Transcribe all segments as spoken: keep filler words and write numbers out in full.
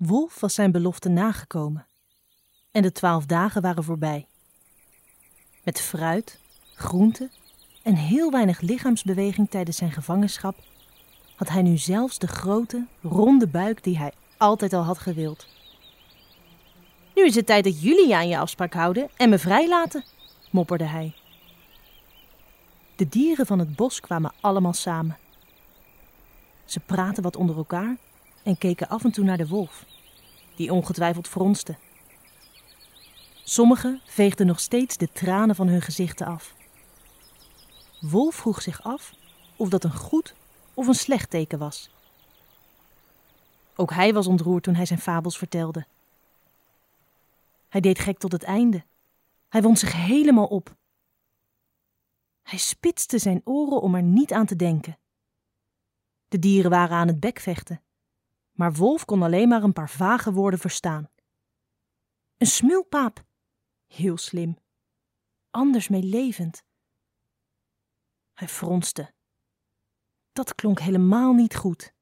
Wolf was zijn belofte nagekomen en de twaalf dagen waren voorbij. Met fruit, groenten en heel weinig lichaamsbeweging tijdens zijn gevangenschap had hij nu zelfs de grote, ronde buik die hij altijd al had gewild. Nu is het tijd dat jullie je aan je afspraak houden en me vrijlaten, mopperde hij. De dieren van het bos kwamen allemaal samen. Ze praten wat onder elkaar en keken af en toe naar de wolf, die ongetwijfeld fronste. Sommigen veegden nog steeds de tranen van hun gezichten af. Wolf vroeg zich af of dat een goed of een slecht teken was. Ook hij was ontroerd toen hij zijn fabels vertelde. Hij deed gek tot het einde. Hij wond zich helemaal op. Hij spitste zijn oren om er niet aan te denken. De dieren waren aan het bekvechten, maar Wolf kon alleen maar een paar vage woorden verstaan. Een smulpaap. Heel slim. Anders meelevend. Hij fronste. Dat klonk helemaal niet goed.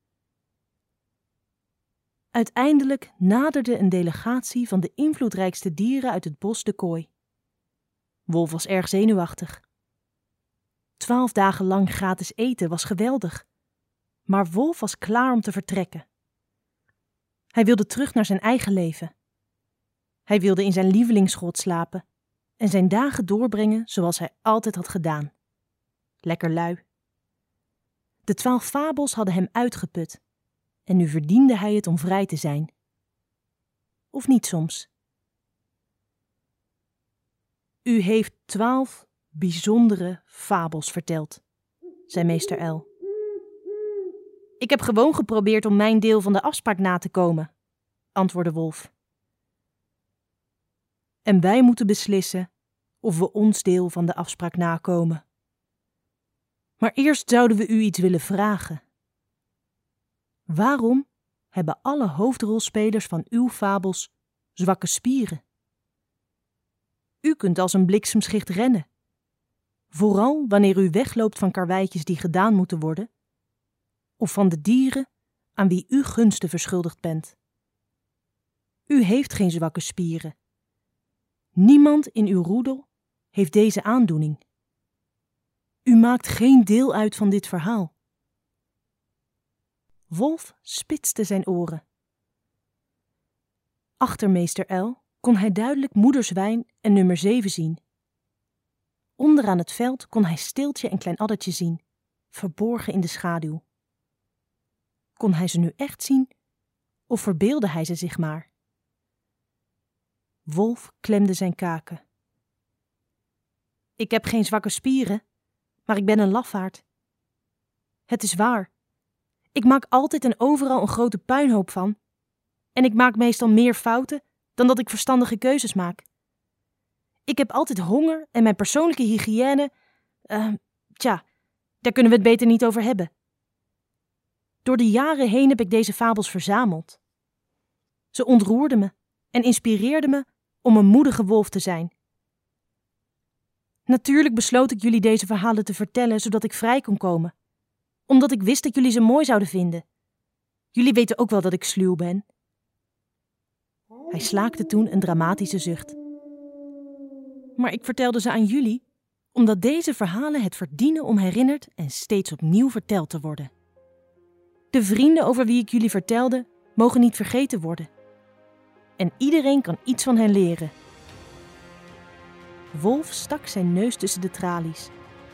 Uiteindelijk naderde een delegatie van de invloedrijkste dieren uit het bos de kooi. Wolf was erg zenuwachtig. Twaalf dagen lang gratis eten was geweldig, maar Wolf was klaar om te vertrekken. Hij wilde terug naar zijn eigen leven. Hij wilde in zijn lievelingsgrot slapen en zijn dagen doorbrengen zoals hij altijd had gedaan. Lekker lui. De twaalf fabels hadden hem uitgeput en nu verdiende hij het om vrij te zijn. Of niet soms? U heeft twaalf bijzondere fabels verteld, zei meester Uil. Ik heb gewoon geprobeerd om mijn deel van de afspraak na te komen, antwoordde Wolf. En wij moeten beslissen of we ons deel van de afspraak nakomen. Maar eerst zouden we u iets willen vragen. Waarom hebben alle hoofdrolspelers van uw fabels zwakke spieren? U kunt als een bliksemschicht rennen. Vooral wanneer u wegloopt van karweitjes die gedaan moeten worden, of van de dieren aan wie u gunsten verschuldigd bent. U heeft geen zwakke spieren. Niemand in uw roedel heeft deze aandoening. U maakt geen deel uit van dit verhaal. Wolf spitste zijn oren. Achter meester Uil kon hij duidelijk moederzwijn en nummer zeven zien. Onderaan het veld kon hij Steeltje en Klein Addertje zien, verborgen in de schaduw. Kon hij ze nu echt zien, of verbeeldde hij ze zich maar? Wolf klemde zijn kaken. Ik heb geen zwakke spieren, maar ik ben een lafaard. Het is waar. Ik maak altijd en overal een grote puinhoop van. En ik maak meestal meer fouten dan dat ik verstandige keuzes maak. Ik heb altijd honger en mijn persoonlijke hygiëne... Uh, tja, daar kunnen we het beter niet over hebben. Door de jaren heen heb ik deze fabels verzameld. Ze ontroerden me en inspireerden me om een moedige wolf te zijn. Natuurlijk besloot ik jullie deze verhalen te vertellen zodat ik vrij kon komen. Omdat ik wist dat jullie ze mooi zouden vinden. Jullie weten ook wel dat ik sluw ben. Hij slaakte toen een dramatische zucht. Maar ik vertelde ze aan jullie, omdat deze verhalen het verdienen om herinnerd en steeds opnieuw verteld te worden. De vrienden over wie ik jullie vertelde, mogen niet vergeten worden. En iedereen kan iets van hen leren. Wolf stak zijn neus tussen de tralies.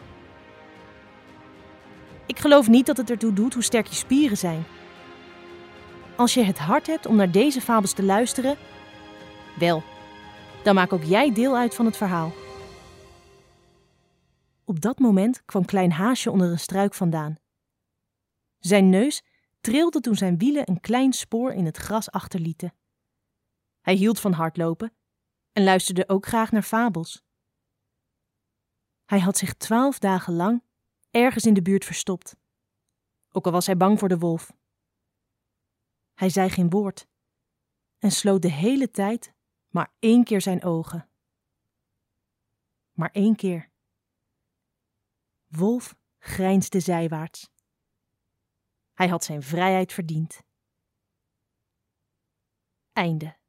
Ik geloof niet dat het ertoe doet hoe sterk je spieren zijn. Als je het hart hebt om naar deze fabels te luisteren, wel, dan maak ook jij deel uit van het verhaal. Op dat moment kwam Klein Haasje onder een struik vandaan. Zijn neus trilde toen zijn wielen een klein spoor in het gras achterlieten. Hij hield van hardlopen en luisterde ook graag naar fabels. Hij had zich twaalf dagen lang ergens in de buurt verstopt, ook al was hij bang voor de wolf. Hij zei geen woord en sloot de hele tijd maar één keer zijn ogen. Maar één keer. Wolf grijnsde zijwaarts. Hij had zijn vrijheid verdiend. Einde.